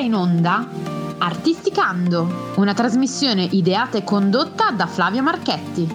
in onda Artisticando, una trasmissione ideata e condotta da Flavio Marchetti.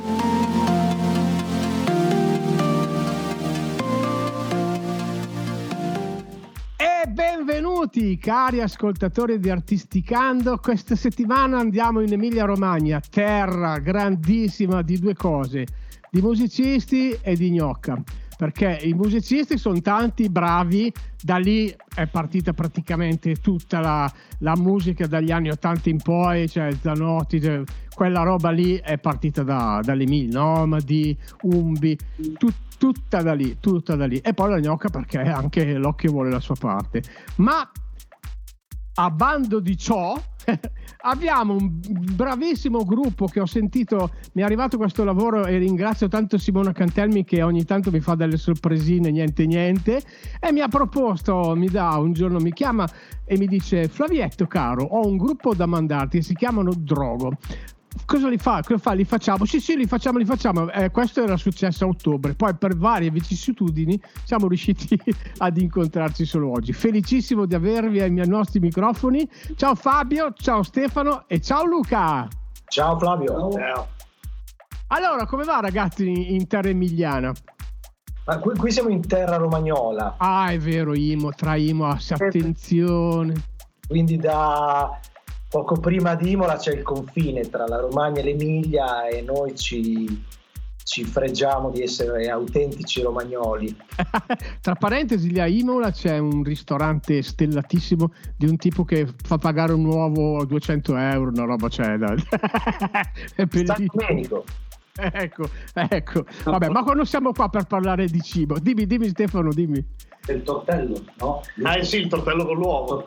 E benvenuti cari ascoltatori di Artisticando. Questa settimana andiamo in Emilia-Romagna, terra grandissima di due cose, di musicisti e di gnocca. Perché i musicisti sono tanti, bravi, da lì è partita praticamente tutta la musica dagli anni 80 in poi, cioè Zanotti, cioè, quella roba lì è partita dall'Emilia, Nomadi, Umbi, tutta da lì. E poi la gnocca perché anche l'occhio vuole la sua parte. Ma a bando di ciò abbiamo un bravissimo gruppo che ho sentito, mi è arrivato questo lavoro e ringrazio tanto Simona Cantelmi che ogni tanto mi fa delle sorpresine niente e mi ha proposto, un giorno mi chiama e mi dice: Flavietto caro, ho un gruppo da mandarti, si chiamano Drogo. Cosa li fa? Li facciamo? Sì, li facciamo. Questo era successo a ottobre. Poi per varie vicissitudini siamo riusciti ad incontrarci solo oggi. Felicissimo di avervi ai nostri microfoni. Ciao Fabio, ciao Stefano e ciao Luca. Ciao Flavio. Ciao. Allora, come va ragazzi in terra emiliana? Qui siamo in terra romagnola. Ah, è vero, tra Imo, attenzione. Quindi da poco prima di Imola c'è il confine tra la Romagna e l'Emilia e noi ci fregiamo di essere autentici romagnoli. Tra parentesi, lì a Imola c'è un ristorante stellatissimo di un tipo che fa pagare un uovo 200 euro, una roba c'è da... è San Domenico. Ecco. Vabbè, ma quando siamo qua per parlare di cibo, dimmi Stefano, dimmi. Il tortello, no? Sì, il tortello con l'uovo.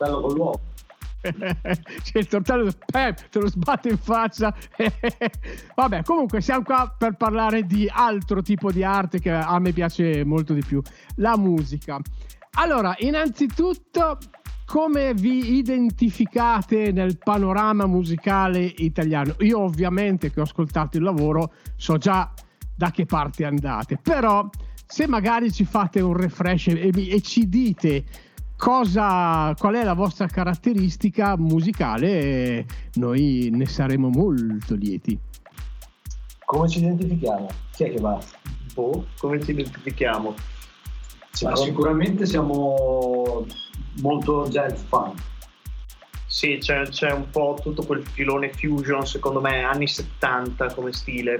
C'è il tortello, te lo sbatte in faccia. Vabbè, comunque siamo qua per parlare di altro tipo di arte che a me piace molto di più, la musica. Allora, innanzitutto, come vi identificate nel panorama musicale italiano? Io ovviamente che ho ascoltato il lavoro so già da che parte andate, però se magari ci fate un refresh e ci dite qual è la vostra caratteristica musicale, noi ne saremo molto lieti. Come ci identifichiamo? Chi è che va? Come ci identifichiamo? Sicuramente siamo molto jazz fan. Sì, c'è un po' tutto quel filone fusion, secondo me, anni 70 come stile,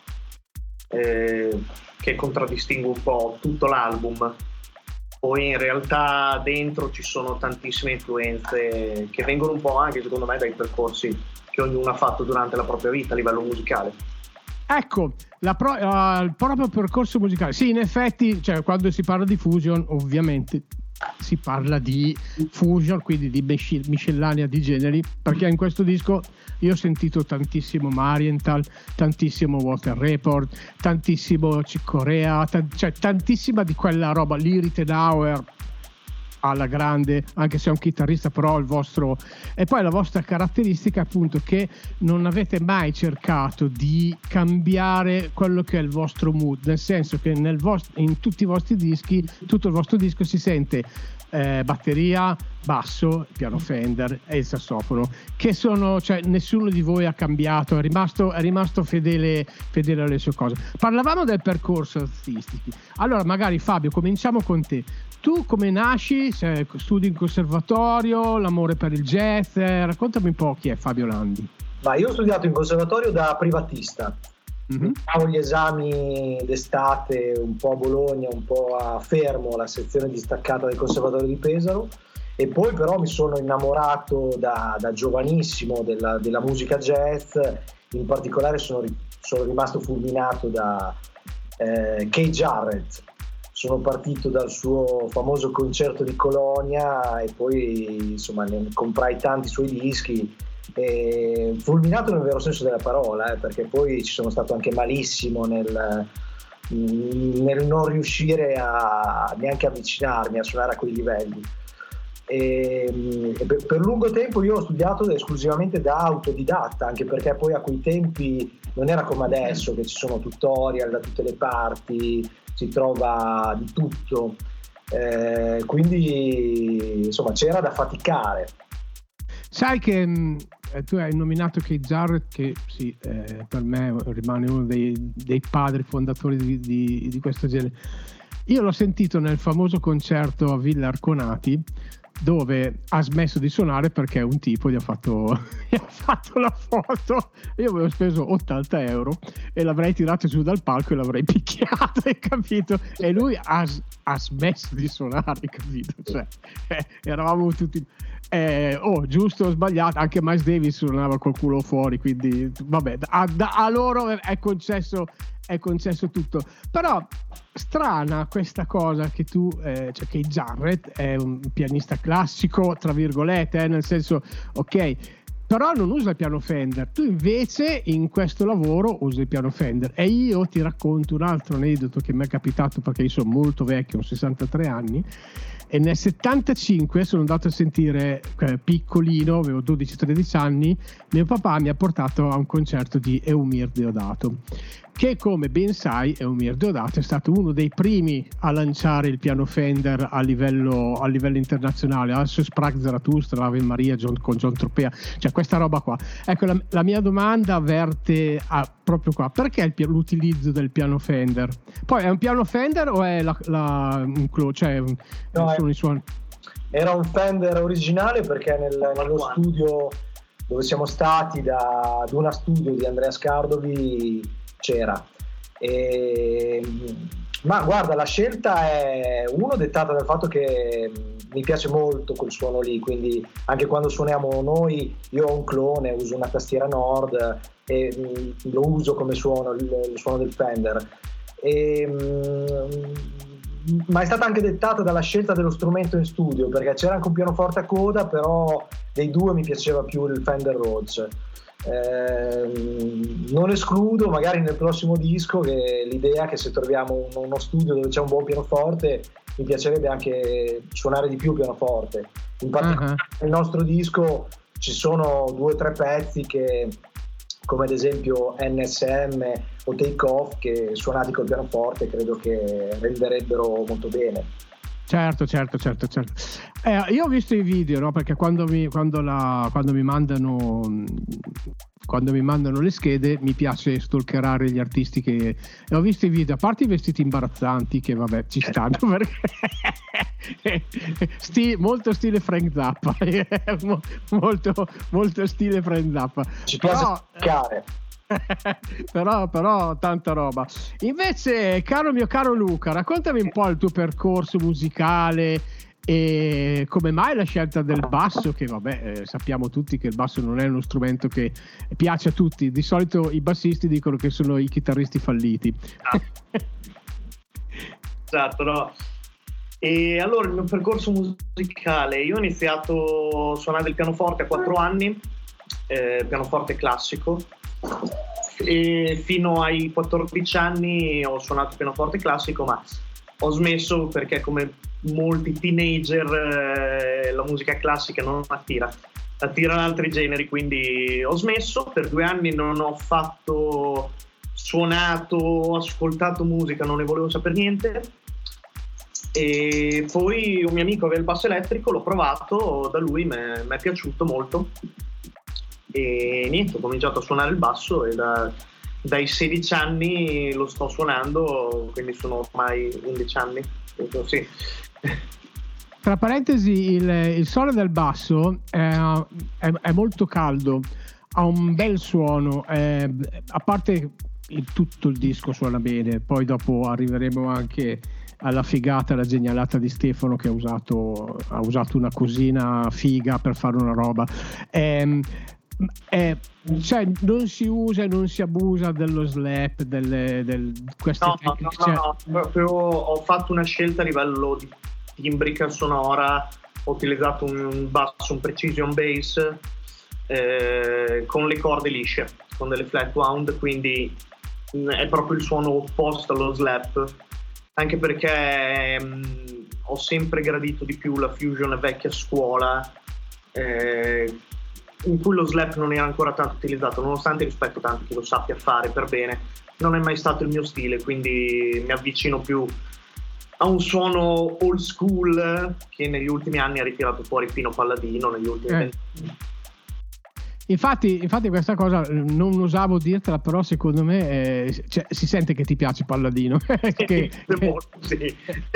che contraddistingue un po' tutto l'album. Poi in realtà dentro ci sono tantissime influenze che vengono un po' anche, secondo me, dai percorsi che ognuno ha fatto durante la propria vita a livello musicale. Ecco, il proprio percorso musicale. Sì, in effetti, cioè, quando si parla di fusion, ovviamente si parla di fusion, quindi di miscellanea di generi, perché in questo disco io ho sentito tantissimo Marienthal, tantissimo Walter Report, tantissimo Chick Corea, cioè tantissima di quella roba, Lee Ritenour alla grande, anche se è un chitarrista, però e poi la vostra caratteristica è appunto che non avete mai cercato di cambiare quello che è il vostro mood, nel senso che in tutti i vostri dischi, tutto il vostro disco si sente batteria, basso, piano Fender e il sassofono, che sono, cioè nessuno di voi ha cambiato, è rimasto fedele alle sue cose. Parlavamo del percorso artistico, allora magari Fabio cominciamo con te. Tu come nasci? Studi in conservatorio, l'amore per il jazz? Raccontami un po' chi è Fabio Landi. Io ho studiato in conservatorio da privatista. Favo gli esami d'estate un po' a Bologna, un po' a Fermo, la sezione distaccata del conservatorio di Pesaro, e poi però mi sono innamorato da giovanissimo della musica jazz. In particolare sono rimasto fulminato da Keith Jarrett. Sono partito dal suo famoso concerto di Colonia e poi insomma ne comprai tanti suoi dischi, e fulminato nel vero senso della parola, perché poi ci sono stato anche malissimo nel non riuscire a neanche avvicinarmi a suonare a quei livelli. E per lungo tempo io ho studiato esclusivamente da autodidatta, anche perché poi a quei tempi non era come adesso che ci sono tutorial da tutte le parti, si trova di tutto, quindi insomma c'era da faticare. Sai che tu hai nominato Keith Jarrett, che sì, per me rimane uno dei padri fondatori di questo genere. Io l'ho sentito nel famoso concerto a Villa Arconati, dove ha smesso di suonare perché un tipo gli ha fatto la foto. Io avevo speso 80 euro e l'avrei tirato giù dal palco e l'avrei picchiato, hai capito? E lui ha smesso di suonare, capito? Cioè, eravamo tutti giusto o sbagliato, anche Miles Davis suonava col culo fuori, quindi vabbè, a loro è concesso tutto. Però strana questa cosa che tu cioè che Jarrett è un pianista classico tra virgolette, nel senso, ok, però non usa il piano Fender. Tu invece in questo lavoro usi il piano Fender, e io ti racconto un altro aneddoto che mi è capitato, perché io sono molto vecchio, ho 63 anni, e nel 75 sono andato a sentire, piccolino, avevo 12-13 anni, mio papà mi ha portato a un concerto di Eumir Deodato, che, come ben sai, Eumir Deodato è stato uno dei primi a lanciare il piano Fender a livello internazionale. Adesso Sprach Zarathustra, Ave Maria con John Tropea, cioè questa roba qua. Ecco, la mia domanda verte proprio qua: perché l'utilizzo del piano Fender? Poi è un piano Fender o è sono i suoni? Era un Fender originale, perché nello studio dove siamo stati, da una studio di Andrea Scardovi, c'era. Ma guarda, la scelta è dettata dal fatto che mi piace molto quel suono lì, quindi anche quando suoniamo noi, io ho un clone, uso una tastiera Nord e lo uso come suono, il suono del Fender, ma è stata anche dettata dalla scelta dello strumento in studio, perché c'era anche un pianoforte a coda, però dei due mi piaceva più il Fender Rhodes. Non escludo magari nel prossimo disco che l'idea che se troviamo uno studio dove c'è un buon pianoforte, mi piacerebbe anche suonare di più pianoforte. In particolare nel nostro disco ci sono 2 o 3 pezzi che, come ad esempio NSM o Take Off, che suonati col pianoforte credo che renderebbero molto bene. Certo. Io ho visto i video, no? Perché quando mi mandano le schede mi piace stalkerare gli artisti e ho visto i video, a parte i vestiti imbarazzanti che vabbè ci stanno, perché molto stile Frank Zappa, molto stile Frank Zappa. Ci piace stalkare. però tanta roba. Invece, mio caro Luca, raccontami un po' il tuo percorso musicale e come mai la scelta del basso, che vabbè, sappiamo tutti che il basso non è uno strumento che piace a tutti. Di solito i bassisti dicono che sono i chitarristi falliti. Esatto, no? E allora il mio percorso musicale, io ho iniziato a suonare il pianoforte a 4 anni, pianoforte classico, e fino ai 14 anni ho suonato pianoforte classico, ma ho smesso perché, come molti teenager, la musica classica non attirano altri generi, quindi ho smesso. Per 2 anni non ho suonato, ascoltato musica, non ne volevo sapere niente. E poi un mio amico aveva il basso elettrico, l'ho provato, da lui mi è piaciuto molto e niente, ho cominciato a suonare il basso e dai 16 anni lo sto suonando, quindi sono ormai 11 anni. Sì. Tra parentesi, il suono del basso è molto caldo, ha un bel suono, a parte tutto il disco suona bene, poi dopo arriveremo anche alla figata, alla genialata di Stefano, che ha usato una cosina figa per fare una roba. Cioè non si usa e non si abusa dello slap, queste tecniche. No, proprio ho fatto una scelta a livello di timbrica sonora, ho utilizzato un basso, un precision bass con le corde lisce, con delle flat wound, quindi è proprio il suono opposto allo slap, anche perché ho sempre gradito di più la fusion vecchia scuola, in cui lo slap non era ancora tanto utilizzato, nonostante rispetto tanto chi lo sappia fare per bene. Non è mai stato il mio stile, quindi mi avvicino più a un suono old school che negli ultimi anni ha ritirato fuori Pino Palladino, negli ultimi 20 anni. Infatti questa cosa non osavo dirtela, però secondo me si sente che ti piace Palladino. Sì.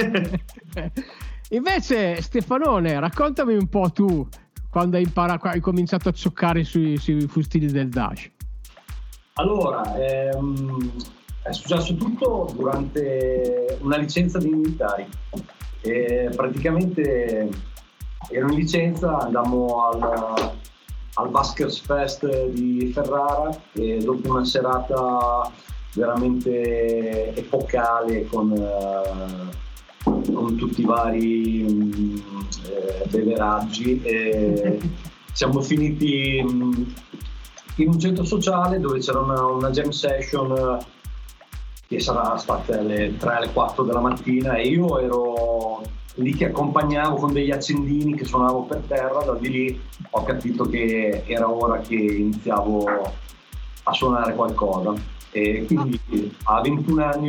Invece Stefanone, raccontami un po' tu quando hai cominciato a cioccare sui fustini del Dash. Allora, è successo tutto durante una licenza dei militari. Praticamente ero in licenza, andammo al Baskers Fest di Ferrara e dopo una serata veramente epocale con tutti i vari beveraggi, siamo finiti in un centro sociale dove c'era una jam session che sarà state alle 3 alle 4 della mattina e io ero lì che accompagnavo con degli accendini che suonavo per terra. Da di lì ho capito che era ora che iniziavo a suonare qualcosa e quindi a 21 anni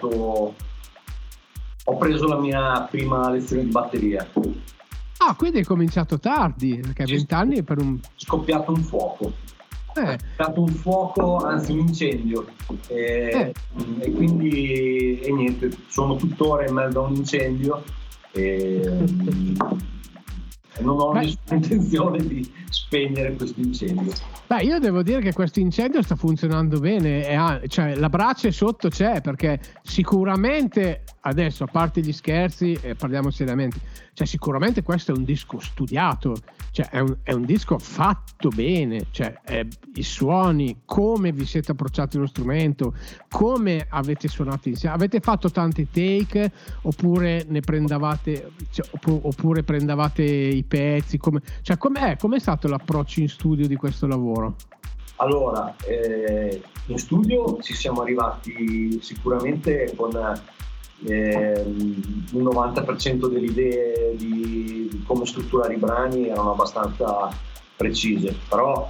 ho preso la mia prima lezione di batteria. Quindi hai cominciato tardi, perché a 20 anni è scoppiato un fuoco. È stato un fuoco, anzi un incendio, e quindi niente, sono tuttora in mezzo a un incendio e non ho nessuna intenzione di spegnere questo incendio. Io devo dire che questo incendio sta funzionando bene, cioè la brace sotto c'è, perché sicuramente adesso, a parte gli scherzi, parliamo seriamente, cioè sicuramente questo è un disco studiato, cioè è un disco fatto bene, cioè i suoni, come vi siete approcciati allo strumento, come avete suonato insieme, avete fatto tanti take oppure ne prendavate, oppure prendavate i pezzi, com'è stato l'approccio in studio di questo lavoro? Allora, in studio ci siamo arrivati sicuramente con un 90% delle idee di come strutturare i brani erano abbastanza precise, però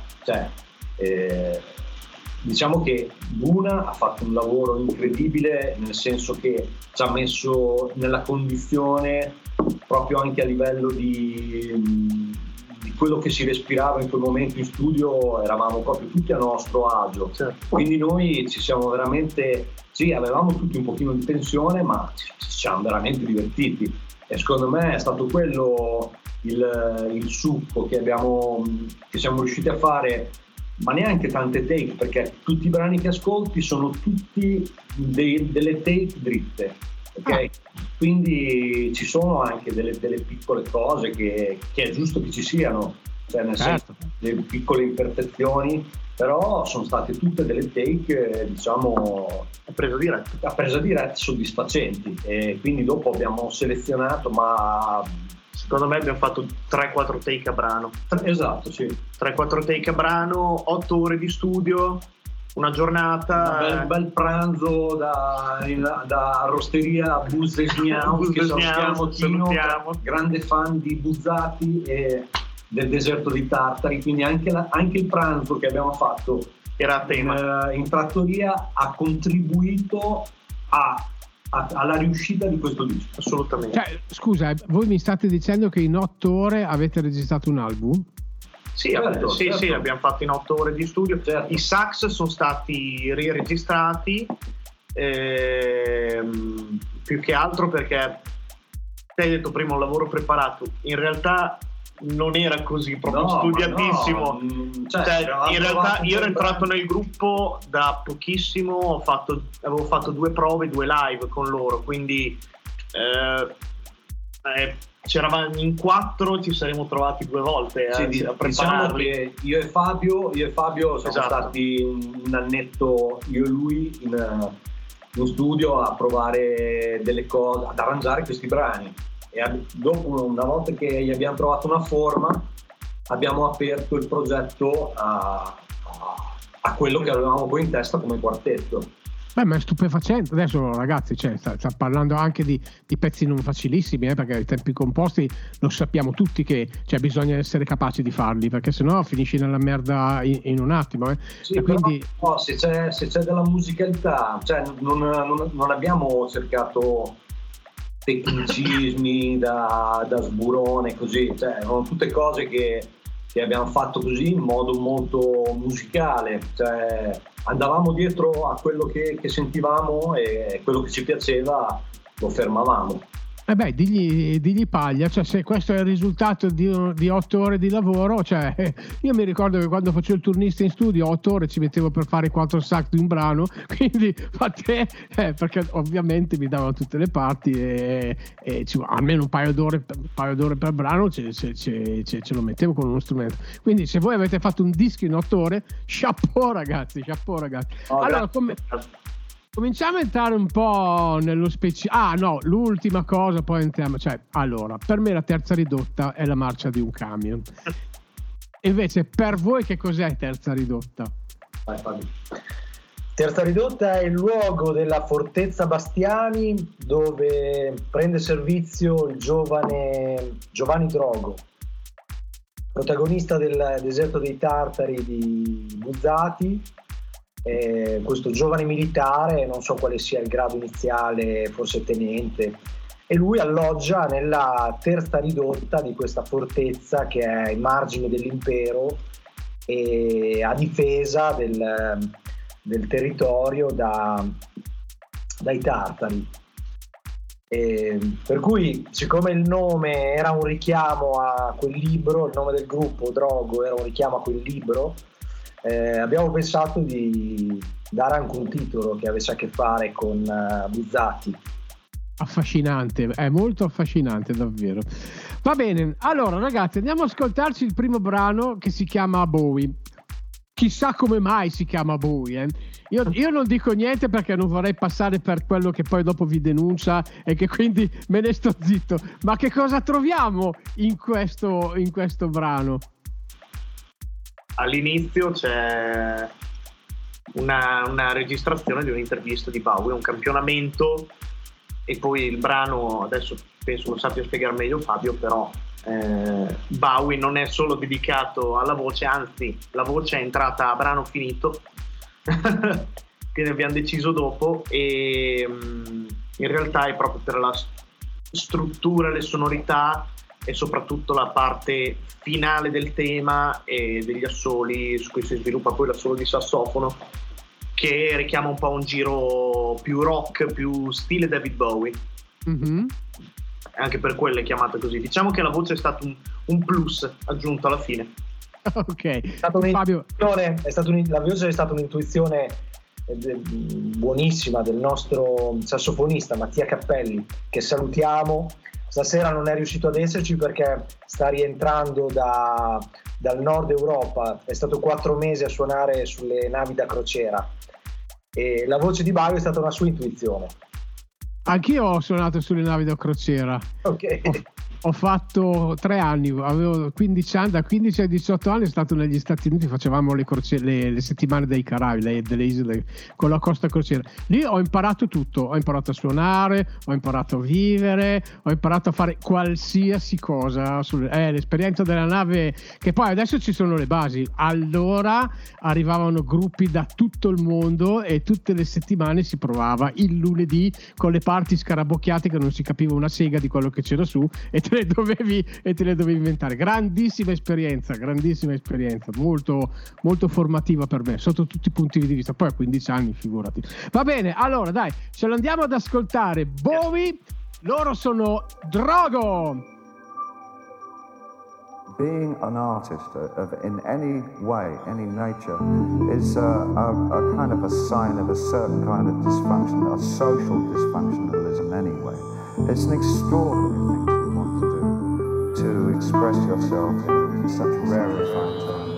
diciamo che Buna ha fatto un lavoro incredibile, nel senso che ci ha messo nella condizione proprio anche a livello di quello che si respirava in quel momento in studio, eravamo proprio tutti a nostro agio. Certo. Quindi noi ci siamo veramente, avevamo tutti un pochino di tensione, ma ci siamo veramente divertiti e secondo me è stato quello il succo che siamo riusciti a fare, ma neanche tante take, perché tutti i brani che ascolti sono tutti delle take dritte. Okay? Quindi ci sono anche delle piccole cose che è giusto che ci siano, cioè nel senso, delle piccole imperfezioni, però sono state tutte delle take diciamo a presa diretta soddisfacenti, e quindi dopo abbiamo selezionato, ma secondo me abbiamo fatto 3-4 take a brano. Esatto, sì. 3-4 take a brano, 8 ore di studio, una giornata, un bel pranzo da Arrosteria Buzzesmiau, che salutiamo, grande fan di Buzzati e del deserto di Tartari, quindi anche il pranzo che abbiamo fatto era a tema in trattoria ha contribuito alla riuscita di questo disco. Assolutamente. Scusa, voi mi state dicendo che in 8 ore avete registrato un album? Sì, abbiamo fatto in 8 ore di studio. Certo. I sax sono stati riregistrati più che altro perché te hai detto prima un lavoro preparato, in realtà non era così proprio studiatissimo. In realtà io ero entrato nel gruppo da pochissimo, avevo fatto 2 prove, 2 live con loro, quindi c'eravamo in 4, ci saremmo trovati 2 volte a prepararli. Diciamo che io e Fabio siamo stati un annetto, io e lui in studio a provare delle cose, ad arrangiare questi brani, e dopo, una volta che gli abbiamo trovato una forma, abbiamo aperto il progetto a quello che avevamo poi in testa come quartetto. Ma è stupefacente. Adesso ragazzi, sta parlando anche di pezzi non facilissimi, perché i tempi composti lo sappiamo tutti che bisogna essere capaci di farli, perché sennò finisci nella merda in un attimo. Sì, e quindi però, se c'è della musicalità, non abbiamo cercato tecnicismi da sburone così, erano tutte cose che che abbiamo fatto così in modo molto musicale, cioè andavamo dietro a quello che sentivamo e quello che ci piaceva lo fermavamo. Digli paglia, cioè se questo è il risultato di 8 ore di lavoro, cioè io mi ricordo che quando facevo il turnista in studio 8 ore ci mettevo per fare 4 sax di un brano, quindi perché ovviamente mi davano tutte le parti e almeno un paio d'ore per brano ce lo mettevo con uno strumento. Quindi se voi avete fatto un disco in 8 ore, chapeau ragazzi. Allora cominciamo a entrare un po' nello specifico. L'ultima cosa, poi entriamo. Allora, per me la terza ridotta è la marcia di un camion. Invece, per voi che cos'è terza ridotta? Vai, Fabio. Terza ridotta è il luogo della Fortezza Bastiani dove prende servizio il giovane Giovanni Drogo, protagonista del Deserto dei Tartari di Buzzati. Questo giovane militare, non so quale sia il grado iniziale, forse tenente, e lui alloggia nella terza ridotta di questa fortezza che è ai margini dell'impero e a difesa del territorio dai tartari. Per cui, siccome il nome era un richiamo a quel libro, il nome del gruppo Drogo era un richiamo a quel libro, abbiamo pensato di dare anche un titolo che avesse a che fare con Buzzati. Affascinante, è molto affascinante davvero. Va bene, allora ragazzi, andiamo ad ascoltarci il primo brano che si chiama Bowie. Chissà come mai si chiama Bowie, Io non dico niente perché non vorrei passare per quello che poi dopo vi denuncia e che quindi me ne sto zitto. Ma che cosa troviamo in questo brano? All'inizio c'è una registrazione di un'intervista di Bowie, un campionamento, e poi il brano, adesso penso lo sappia spiegare meglio Fabio, però Bowie non è solo dedicato alla voce, anzi la voce è entrata a brano finito che ne abbiamo deciso dopo, e in realtà è proprio per la struttura, le sonorità e soprattutto la parte finale del tema e degli assoli su cui si sviluppa poi l'assolo di sassofono, che richiama un po' un giro più rock, più stile David Bowie. Mm-hmm. Anche per quello è chiamata così. Diciamo che la voce è stato un plus aggiunto alla fine. Ok, Fabio. La voce è stata un'intuizione buonissima del nostro sassofonista Mattia Cappelli, che salutiamo. Stasera non è riuscito ad esserci perché sta rientrando dal nord Europa, è stato 4 mesi a suonare sulle navi da crociera e la voce di Bowie è stata una sua intuizione. Anch'io ho suonato sulle navi da crociera. Ok. Ho fatto 3 anni, avevo 15 anni, da 15 ai 18 anni sono stato negli Stati Uniti, facevamo le settimane dei Caraibi, delle isole con la costa crociera. Lì ho imparato tutto, ho imparato a suonare, ho imparato a vivere, ho imparato a fare qualsiasi cosa. L'esperienza della nave, che poi adesso ci sono le basi, allora arrivavano gruppi da tutto il mondo e tutte le settimane si provava il lunedì con le parti scarabocchiate che non si capiva una sega di quello che c'era su e te le dovevi inventare. Grandissima esperienza, molto, molto formativa per me sotto tutti i punti di vista. Poi a 15 anni, figurati. Va bene, allora dai, ce lo andiamo ad ascoltare. Bowie, loro sono Drogo. Being an artist in any way, any nature, is a kind of a sign of a certain kind of dysfunction, a social dysfunctionalism anyway. It's an extraordinary thing to want to do, to express yourself in such rarefied terms.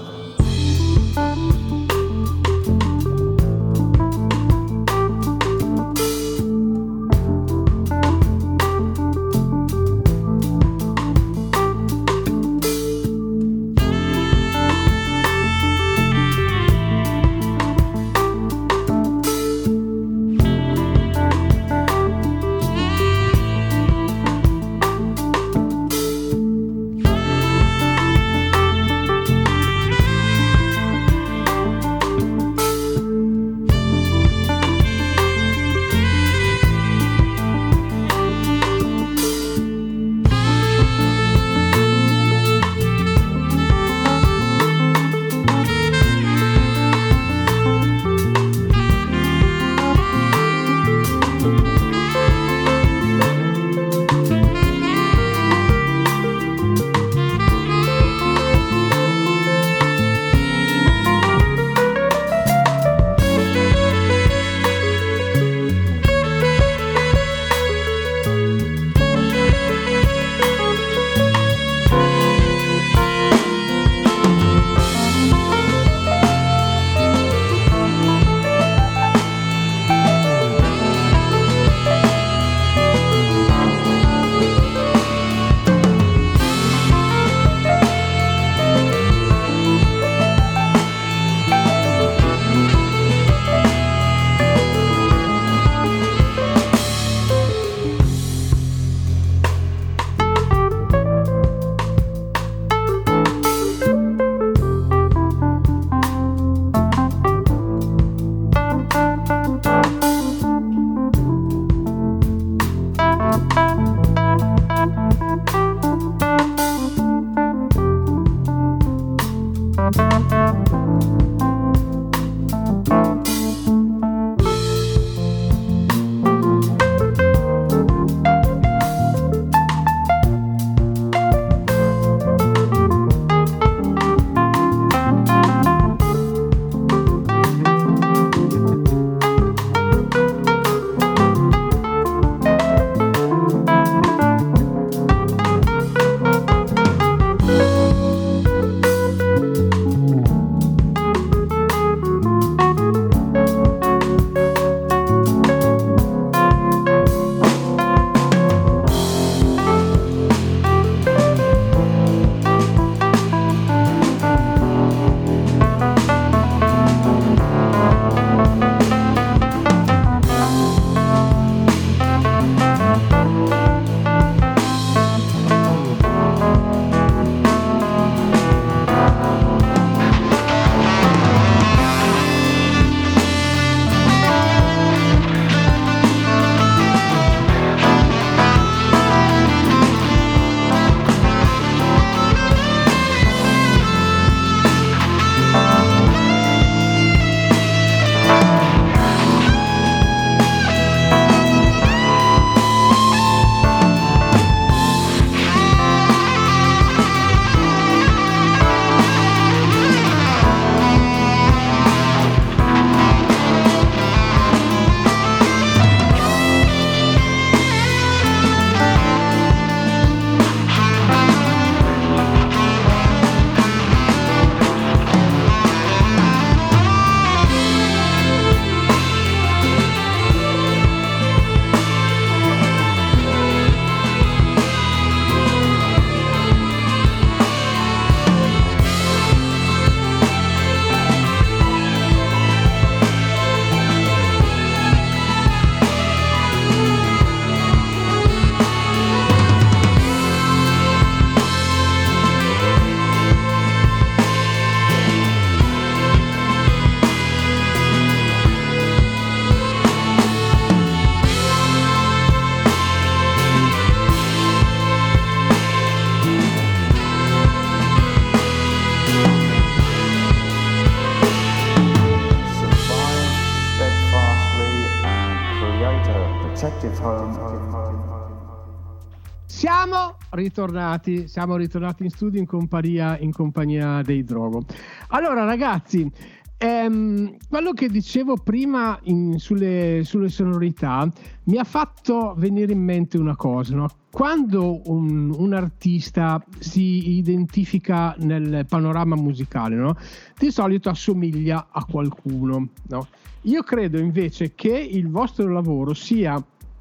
Siamo ritornati in studio in compagnia dei Drogo. Allora ragazzi, quello che dicevo prima sulle sonorità mi ha fatto venire in mente una cosa, no? Quando un artista si identifica nel panorama musicale, no? Di solito assomiglia a qualcuno, no? Io credo invece che il vostro lavoro sia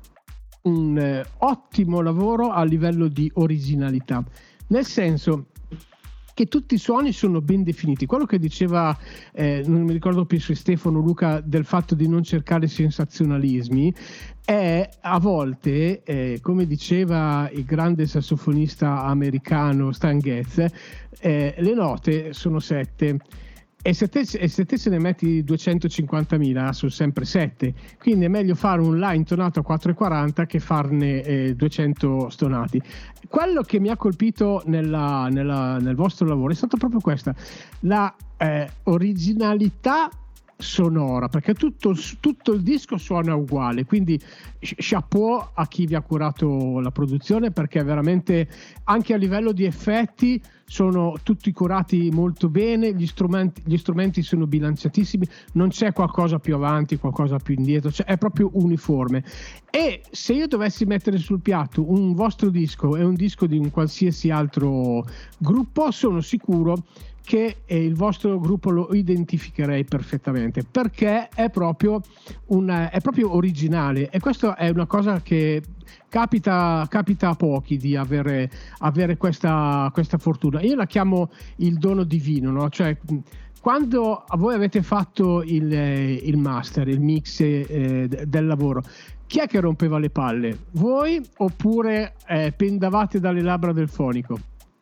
un ottimo lavoro a livello di originalità, nel senso che tutti i suoni sono ben definiti. Quello che diceva, non mi ricordo più se Stefano o Luca, del fatto di non cercare sensazionalismi, è a volte, come diceva il grande sassofonista americano Stan Getz, le note sono 7. E se te se ne metti 250.000 sono sempre 7, quindi è meglio fare un La intonato a 4,40 che farne 200 stonati. Quello che mi ha colpito nel vostro lavoro è stato proprio questa, la originalità sonora, perché tutto il disco suona uguale, quindi chapeau a chi vi ha curato la produzione, perché veramente anche a livello di effetti sono tutti curati molto bene, gli strumenti sono bilanciatissimi, non c'è qualcosa più avanti, qualcosa più indietro, cioè è proprio uniforme. E se io dovessi mettere sul piatto un vostro disco e un disco di un qualsiasi altro gruppo, sono sicuro che il vostro gruppo lo identificherei perfettamente, perché è proprio originale, e questa è una cosa che capita a pochi di avere questa fortuna. Io la chiamo il dono divino, no? Cioè, quando voi avete fatto il master, il mix del lavoro, chi è che rompeva le palle? Voi oppure pendavate dalle labbra del fonico?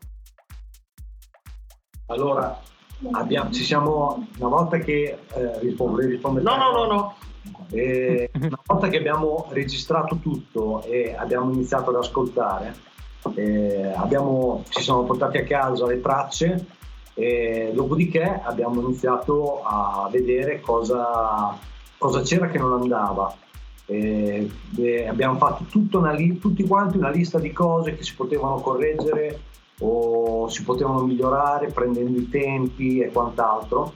Allora, una volta che rispondere. No. Una volta che abbiamo registrato tutto e abbiamo iniziato ad ascoltare, ci siamo portati a casa le tracce, e dopodiché abbiamo iniziato a vedere cosa c'era che non andava. Abbiamo fatto tutti quanti una lista di cose che si potevano correggere o si potevano migliorare prendendo i tempi e quant'altro,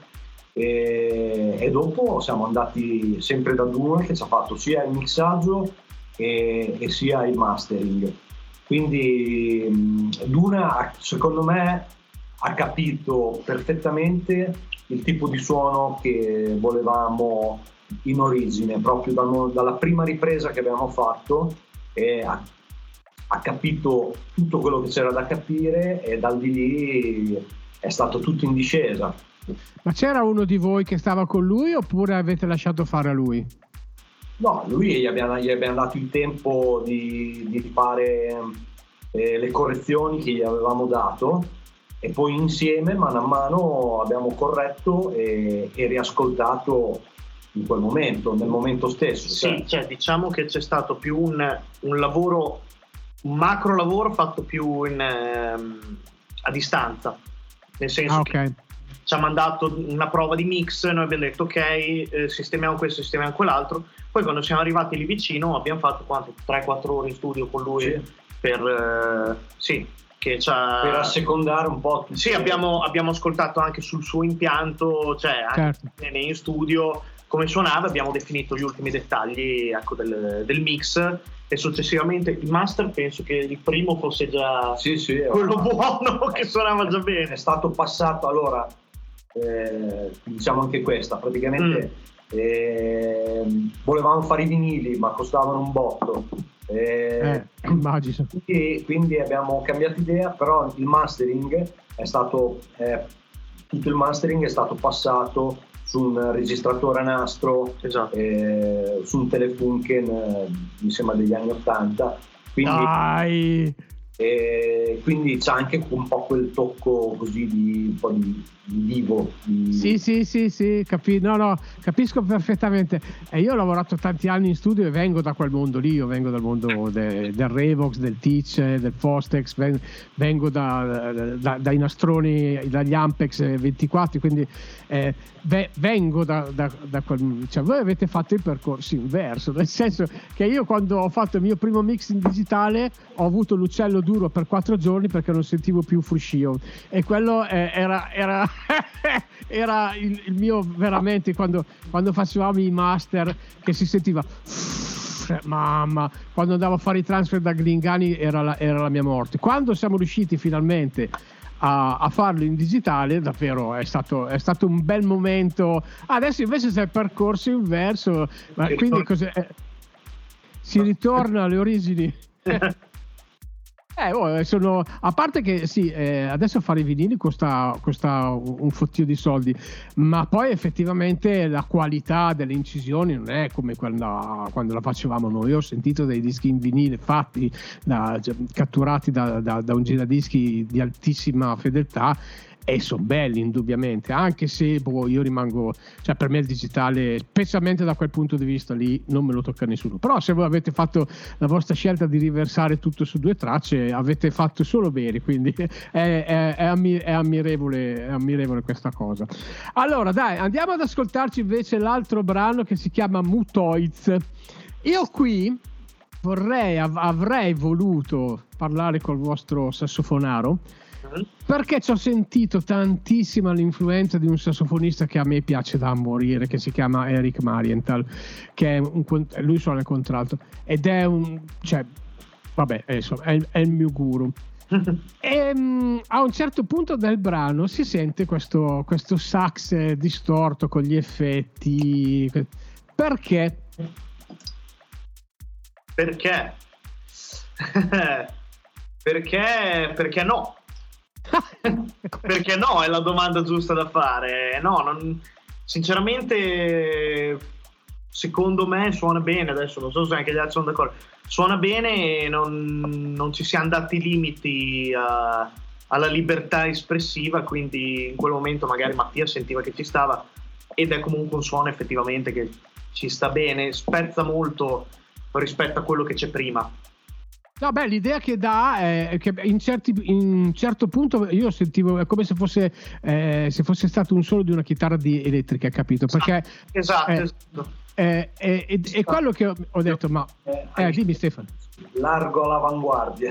e dopo siamo andati sempre da Duna, che ci ha fatto sia il mixaggio e sia il mastering. Quindi Duna secondo me ha capito perfettamente il tipo di suono che volevamo in origine, proprio dalla prima ripresa che abbiamo fatto, e ha capito tutto quello che c'era da capire, e dal di lì è stato tutto in discesa. Ma c'era uno di voi che stava con lui oppure avete lasciato fare a lui? No, lui gli abbiamo dato il tempo di fare le correzioni che gli avevamo dato, e poi insieme mano a mano abbiamo corretto e riascoltato in quel momento, nel momento stesso. Sì, cioè diciamo che c'è stato più un lavoro, un macro lavoro fatto più a distanza, nel senso che ci ha mandato una prova di mix, noi abbiamo detto ok, sistemiamo questo, sistemiamo quell'altro, poi quando siamo arrivati lì vicino abbiamo fatto 3-4 ore in studio con lui, sì, per assecondare un po' tutto. Sì, abbiamo ascoltato anche sul suo impianto, cioè anche in studio come suonava, abbiamo definito gli ultimi dettagli, ecco, del mix, e successivamente il master penso che il primo fosse già quello buono, che suonava già bene. È stato passato, allora diciamo anche questa, praticamente volevamo fare i vinili ma costavano un botto, immagino. Quindi abbiamo cambiato idea, però il mastering è stato tutto il mastering è stato passato su un registratore a nastro, esatto, su un Telefunken mi sembra degli anni 80, quindi E quindi c'è anche un po' quel tocco così di un po' di vivo. Sì, capisco perfettamente. E io ho lavorato tanti anni in studio e vengo da quel mondo lì, io vengo dal mondo del Revox, del Teach, del Fostex, vengo dai nastroni, dagli Ampex 24, quindi vengo da quel, cioè voi avete fatto il percorso inverso, nel senso che io quando ho fatto il mio primo mix in digitale ho avuto l'uccello duro per 4 giorni perché non sentivo più fruscio, e quello era il mio, veramente, quando facevamo i master, che si sentiva mamma, quando andavo a fare i transfer da Glingani era la mia morte. Quando siamo riusciti finalmente a farlo in digitale, davvero è stato un bel momento. Adesso invece c'è il percorso inverso, quindi si ritorna alle origini. A parte che sì, adesso fare i vinili costa un fottio di soldi, ma poi effettivamente la qualità delle incisioni non è come quando la facevamo noi. Io ho sentito dei dischi in vinile fatti catturati da un giradischi di altissima fedeltà, e sono belli indubbiamente, anche se io rimango, cioè per me il digitale, specialmente da quel punto di vista lì, non me lo tocca nessuno. Però se voi avete fatto la vostra scelta di riversare tutto su 2 tracce, avete fatto solo bene, quindi è ammirevole questa cosa. Allora dai, andiamo ad ascoltarci invece l'altro brano, che si chiama Mutoids. Io qui avrei voluto parlare col vostro sassofonaro, perché ci ho sentito tantissima l'influenza di un sassofonista che a me piace da morire, che si chiama Eric Marienthal, che lui suona il contralto ed è è il mio guru. E a un certo punto del brano si sente questo sax distorto con gli effetti. Perché no? Perché no, è la domanda giusta da fare. Sinceramente, secondo me suona bene. Adesso non so se anche gli altri sono d'accordo. Suona bene e non ci siamo dati limiti alla libertà espressiva, quindi in quel momento magari Mattia sentiva che ci stava, ed è comunque un suono effettivamente che ci sta bene, spezza molto rispetto a quello che c'è prima. No, beh, l'idea che dà è che in un certo punto io sentivo è come se fosse stato un solo di una chitarra elettrica, capito? Perché esatto. È quello che ho detto, ma dimmi Stefano. Largo all'avanguardia.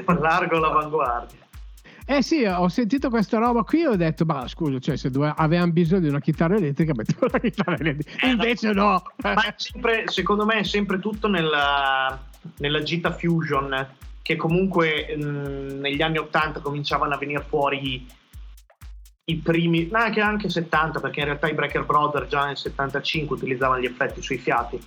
Sì, ho sentito questa roba qui e ho detto, ma scusa, cioè se avevamo bisogno di una chitarra elettrica, mettevo la chitarra elettrica. Invece no. Ma secondo me è sempre tutto nella gita fusion, che comunque negli anni 80 cominciavano a venire fuori i primi, anche 70, perché in realtà i Breaker Brothers già nel 75 utilizzavano gli effetti sui fiati.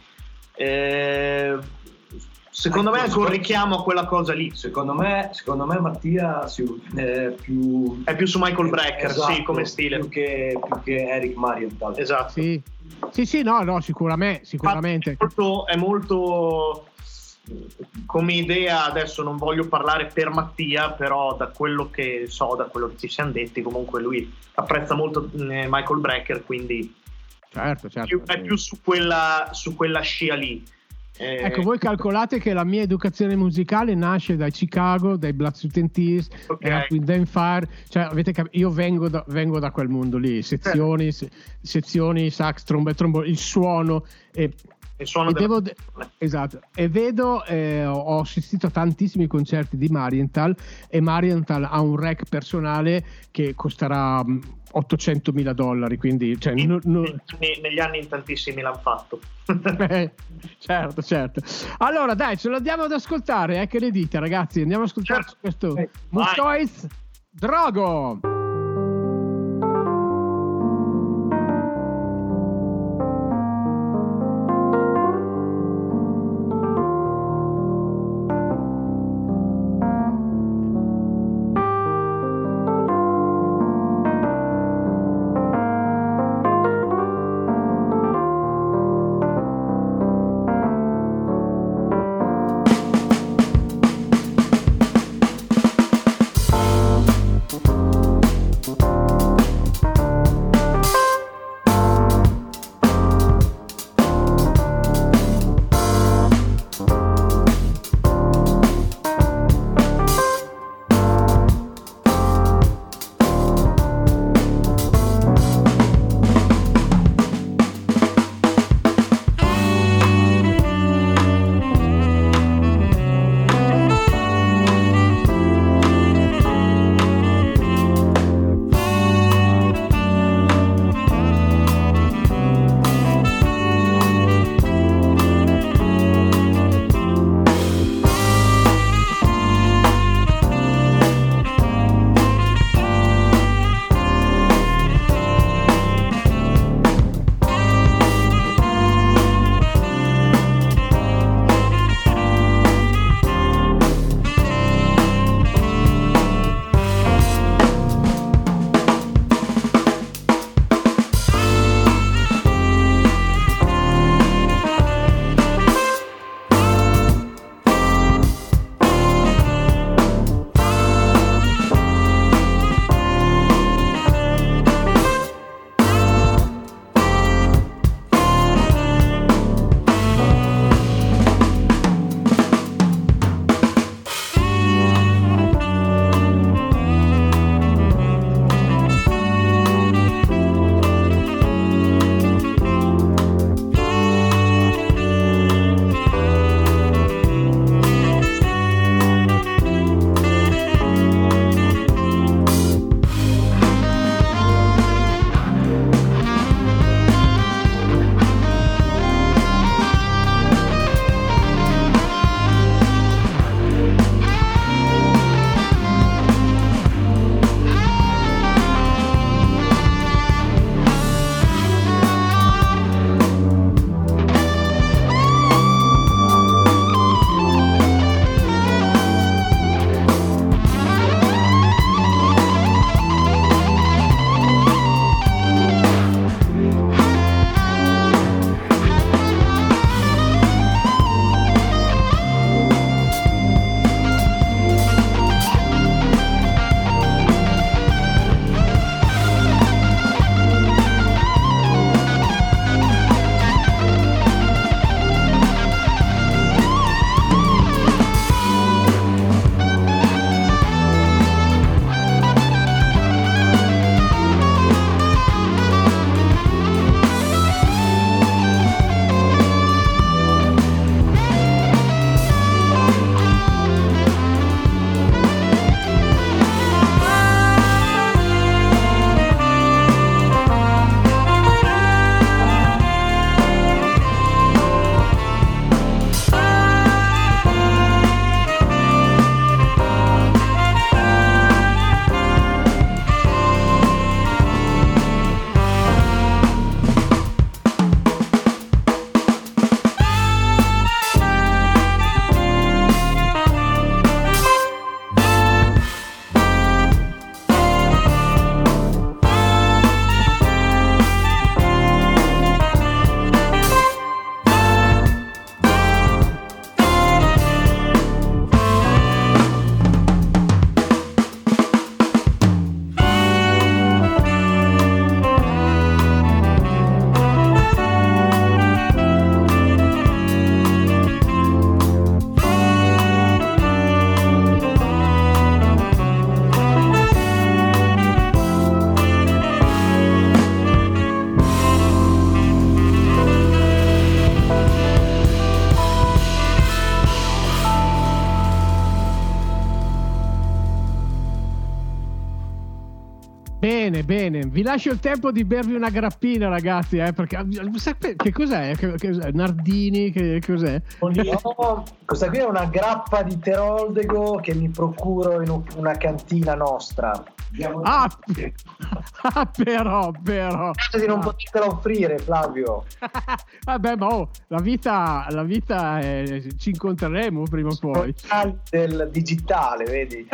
Secondo me è un richiamo a quella cosa lì. Secondo me Mattia è più su Michael Brecker, esatto, sì, come stile. Più che Eric Marienthal. Esatto. Sì, no, sicuramente. È molto come idea. Adesso non voglio parlare per Mattia, però da quello che so, da quello che ci siamo detti, comunque lui apprezza molto Michael Brecker, quindi certo. È più su quella scia lì. Ecco, voi calcolate che la mia educazione musicale nasce da Chicago, dai Blood, Sweat and Tears, Wind and Fire, cioè io vengo da quel mondo lì, sezioni, sax, trombone, il suono esatto, e vedo, ho assistito a tantissimi concerti di Marienthal, e Marienthal ha un rack personale che costerà $800,000, quindi cioè, negli anni in tantissimi l'hanno fatto. Certo. Allora dai, ce lo andiamo ad ascoltare, che ne dite ragazzi? Andiamo ad ascoltare questo Mutoids Drogo. Bene, vi lascio il tempo di bervi una grappina, ragazzi, perché che cos'è? Nardini, che cos'è? No, questa qui è una grappa di Teroldego che mi procuro in una cantina nostra. Però di non potertela offrire, Flavio. Vabbè, ma la vita ci incontreremo prima o poi. Del digitale, vedi?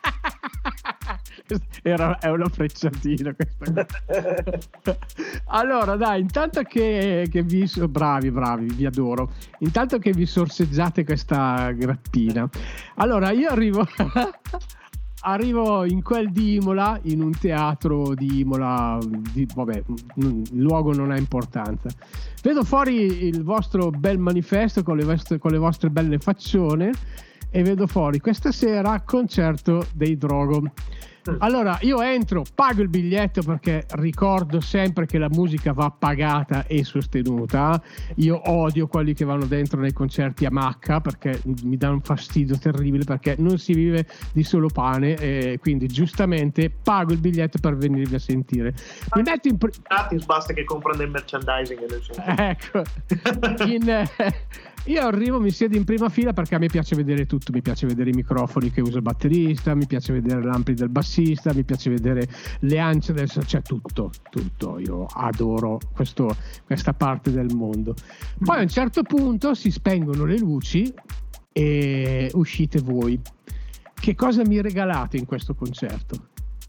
È una frecciatina questa. Allora dai, intanto che vi bravi, vi adoro, intanto che vi sorseggiate questa grappina, allora io arrivo in quel di Imola, in un teatro di Imola, vabbè, il luogo non ha importanza, vedo fuori il vostro bel manifesto con le vostre belle faccione e vedo fuori questa sera concerto dei Drogo. Allora io entro, pago il biglietto perché ricordo sempre che la musica va pagata e sostenuta. Io odio quelli che vanno dentro nei concerti a macca perché mi dà un fastidio terribile, perché non si vive di solo pane, e quindi giustamente pago il biglietto per venirvi a sentire. Mi metto in gratis, basta che comprano il merchandising. Ecco. Io arrivo, mi siedo in prima fila perché a me piace vedere tutto, mi piace vedere i microfoni che usa il batterista, mi piace vedere l'ampli del bassista, mi piace vedere le ance cioè tutto, io adoro questa parte del mondo. Poi a un certo punto si spengono le luci e uscite voi. Che cosa mi regalate in questo concerto?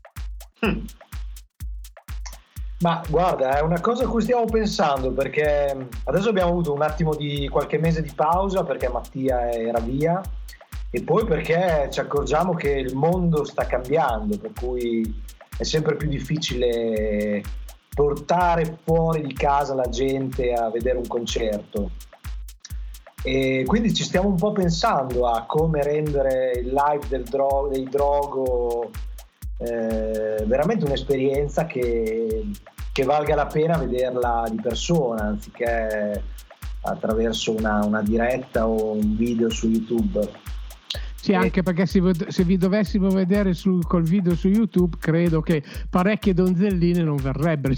Ma guarda, è una cosa a cui stiamo pensando, perché adesso abbiamo avuto un attimo di qualche mese di pausa perché Mattia era via, e poi perché ci accorgiamo che il mondo sta cambiando, per cui è sempre più difficile portare fuori di casa la gente a vedere un concerto, e quindi ci stiamo un po' pensando a come rendere il live dei Drogo veramente un'esperienza che valga la pena vederla di persona, anziché attraverso una diretta o un video su YouTube. Sì, anche perché se vi dovessimo vedere col video su YouTube, credo che parecchie donzelline non verrebbero.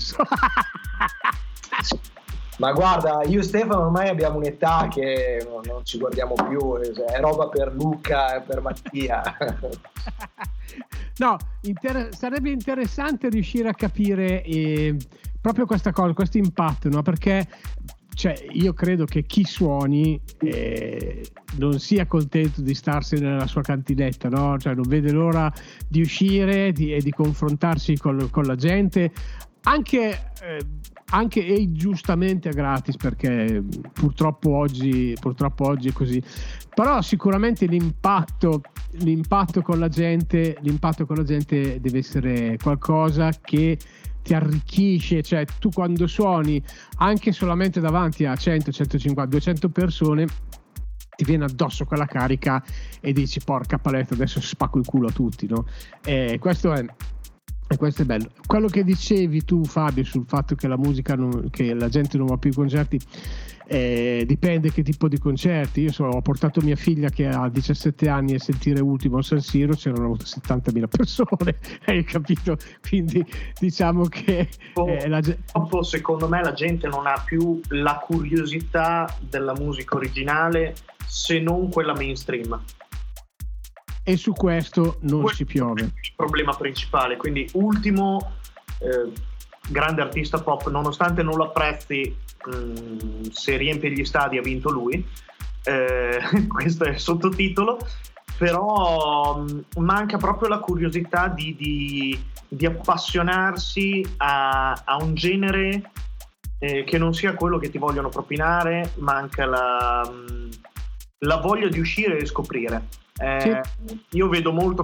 Ma guarda, io e Stefano ormai abbiamo un'età che non ci guardiamo più, è roba per Luca e per Mattia. No, sarebbe interessante riuscire a capire proprio questa cosa, questo impatto, no? Perché io credo che chi suoni non sia contento di starsene nella sua cantinetta, no? Cioè non vede l'ora di uscire e di confrontarsi con la gente, anche e giustamente gratis, perché purtroppo oggi è così. Però sicuramente l'impatto con la gente deve essere qualcosa che ti arricchisce. Cioè tu quando suoni anche solamente davanti a 100, 150, 200 persone ti viene addosso quella carica e dici porca paletta, adesso spacco il culo a tutti, no? Questo è bello. Quello che dicevi tu, Fabio, sul fatto che che la gente non va più ai concerti, dipende che tipo di concerti. Io ho portato mia figlia che ha 17 anni a sentire Ultimo al San Siro, c'erano 70.000 persone, hai capito? Quindi diciamo che secondo me la gente non ha più la curiosità della musica originale, se non quella mainstream. E su questo non si piove. È il problema principale. Quindi Ultimo, grande artista pop, nonostante non lo apprezzi, se riempie gli stadi ha vinto lui, questo è il sottotitolo, però manca proprio la curiosità di appassionarsi a un genere che non sia quello che ti vogliono propinare. Manca la voglia di uscire e scoprire. Io vedo molto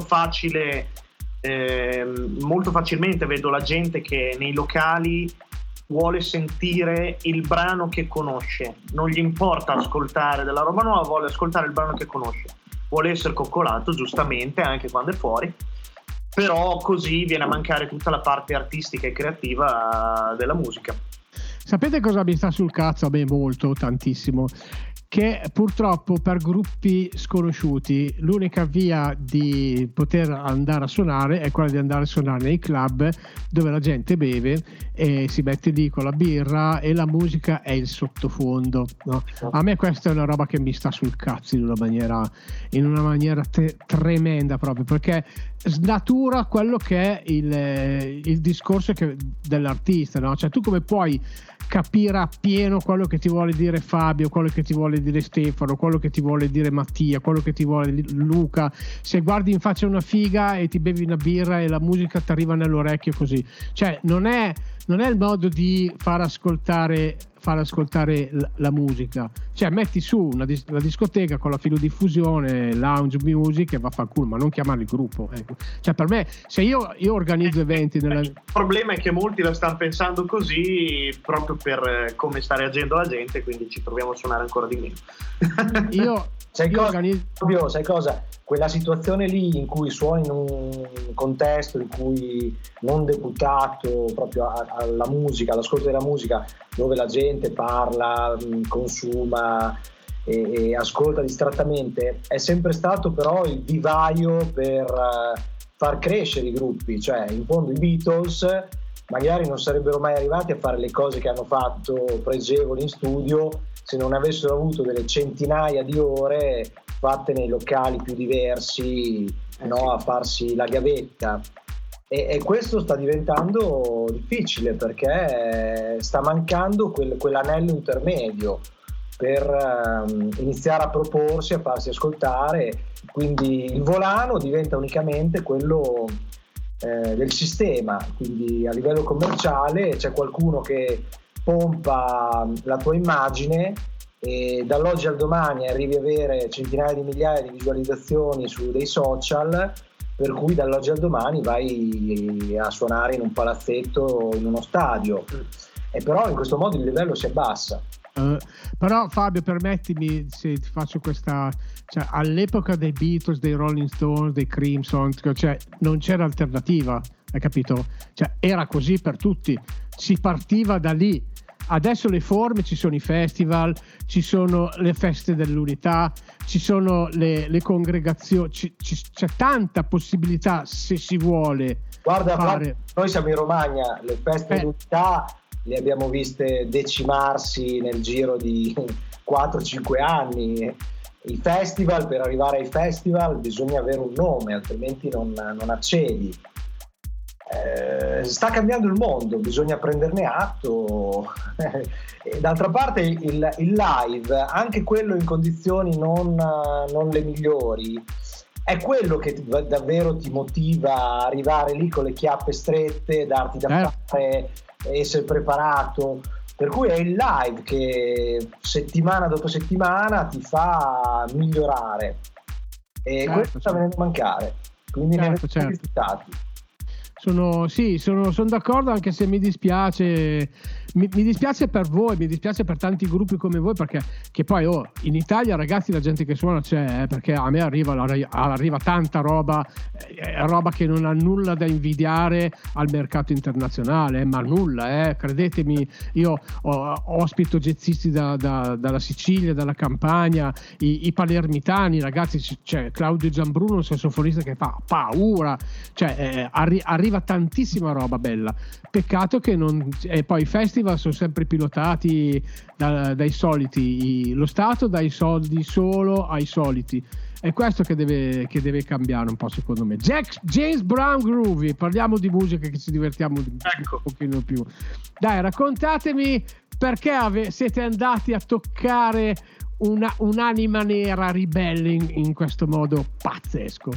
facilmente vedo la gente che nei locali vuole sentire il brano che conosce, non gli importa ascoltare della roba nuova, vuole ascoltare il brano che conosce, vuole essere coccolato giustamente anche quando è fuori, però così viene a mancare tutta la parte artistica e creativa della musica. Sapete cosa mi sta sul cazzo a me molto, tantissimo? che purtroppo per gruppi sconosciuti l'unica via di poter andare a suonare è quella di andare a suonare nei club dove la gente beve e si mette lì con la birra e la musica è il sottofondo, no? A me questa è una roba che mi sta sul cazzo in una maniera tremenda, proprio perché snatura quello che è il discorso dell'artista, no? Cioè tu come puoi capire appieno quello che ti vuole dire Fabio, quello che ti vuole dire Stefano, quello che ti vuole dire Mattia, quello che ti vuole dire Luca, se guardi in faccia una figa e ti bevi una birra e la musica ti arriva nell'orecchio così? Cioè non è il modo di far ascoltare la musica. Cioè metti su la discoteca con la filodiffusione, lounge music e va a far culo, ma non chiamare il gruppo, ecco. Cioè per me, se io organizzo eventi il problema è che molti la stanno pensando così proprio per come sta reagendo la gente, quindi ci troviamo a suonare ancora di meno. Sai cosa? Quella situazione lì in cui suoni in un contesto in cui non deputato proprio alla musica, all'ascolto della musica, dove la gente parla, consuma e ascolta distrattamente, è sempre stato però il vivaio per far crescere i gruppi. Cioè in fondo i Beatles magari non sarebbero mai arrivati a fare le cose che hanno fatto pregevoli in studio se non avessero avuto delle centinaia di ore fatte nei locali più diversi, no? A farsi la gavetta, e questo sta diventando difficile perché sta mancando quell'anello intermedio per iniziare a proporsi, a farsi ascoltare. Quindi il volano diventa unicamente quello del sistema, quindi a livello commerciale c'è qualcuno che pompa la tua immagine e dall'oggi al domani arrivi a avere centinaia di migliaia di visualizzazioni su dei social, per cui dall'oggi al domani vai a suonare in un palazzetto o in uno stadio, e però in questo modo il livello si abbassa. Però Fabio, permettimi se ti faccio questa, cioè all'epoca dei Beatles, dei Rolling Stones, dei Crimson, cioè non c'era alternativa, hai capito? Cioè era così per tutti, si partiva da lì. Adesso le forme, ci sono i festival, ci sono le feste dell'unità, ci sono le congregazioni, c'è tanta possibilità se si vuole. Guarda, fare. Noi siamo in Romagna, le feste dell'unità le abbiamo viste decimarsi nel giro di 4-5 anni. I festival, per arrivare ai festival bisogna avere un nome, altrimenti non accedi. Sta cambiando il mondo, bisogna prenderne atto. D'altra parte il live, anche quello in condizioni non le migliori, è quello che davvero ti motiva a arrivare lì con le chiappe strette, darti da fare, essere preparato. Per cui è il live che settimana dopo settimana ti fa migliorare, e questo sta venendo a mancare, quindi ne avete risultati. Sono d'accordo, anche se mi dispiace per voi, mi dispiace per tanti gruppi come voi, perché che poi in Italia, ragazzi, la gente che suona c'è, perché a me arriva tanta roba che non ha nulla da invidiare al mercato internazionale, ma nulla, credetemi. Io ospito jazzisti dalla Sicilia, dalla Campania, i palermitani, ragazzi, c'è Claudio Gianbruno, sassofonista, che fa paura, cioè arriva tantissima roba bella. Peccato che e poi i festival sono sempre pilotati dai soliti, lo Stato dà i soldi solo ai soliti. È questo che deve cambiare un po', secondo me. James Brown Groovy, parliamo di musica che ci divertiamo un pochino più. Dai, raccontatemi perché siete andati a toccare un'anima nera ribelle in questo modo pazzesco.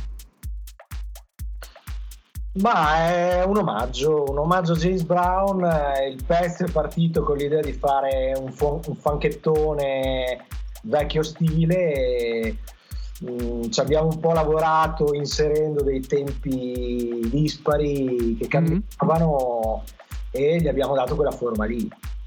Ma è un omaggio a James Brown. Il pezzo è partito con l'idea di fare un funkettone vecchio stile, ci abbiamo un po' lavorato inserendo dei tempi dispari che cambiavano, e gli abbiamo dato quella forma lì.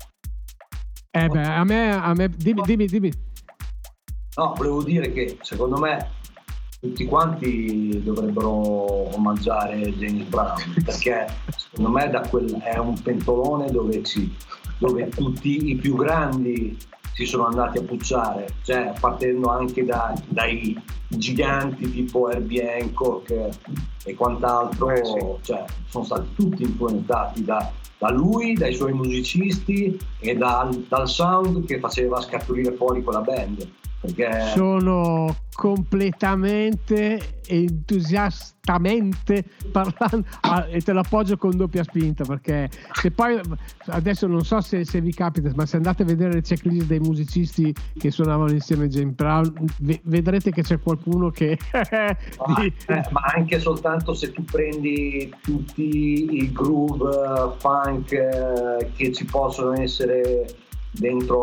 A me dimmi. No, volevo dire che secondo me tutti quanti dovrebbero omaggiare James Brown, perché secondo me è un pentolone dove tutti i più grandi si sono andati a puzzare, cioè partendo anche dai giganti tipo Herbie Hancock e quant'altro, cioè, sono stati tutti influenzati da lui, dai suoi musicisti e dal sound che faceva scaturire fuori quella band. Perché sono completamente entusiastamente parlando e te l'appoggio con doppia spinta, perché se poi adesso non so se vi capita, ma se andate a vedere le checklist dei musicisti che suonavano insieme a James Brown, vedrete che c'è qualcuno che ma anche soltanto se tu prendi tutti i groove funk che ci possono essere dentro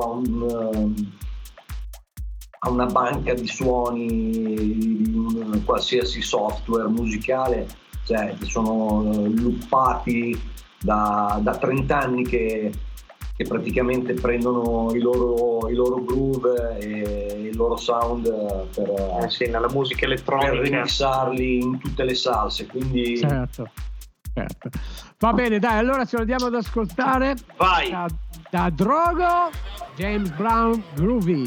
a una banca di suoni in qualsiasi software musicale, cioè che sono loopati da 30 anni che praticamente prendono i loro groove e il loro sound per nella musica elettronica, per remixarli in tutte le salse, quindi certo. Va bene, dai, allora ce lo andiamo ad ascoltare. Vai. Da Drogo, James Brown, Groovy.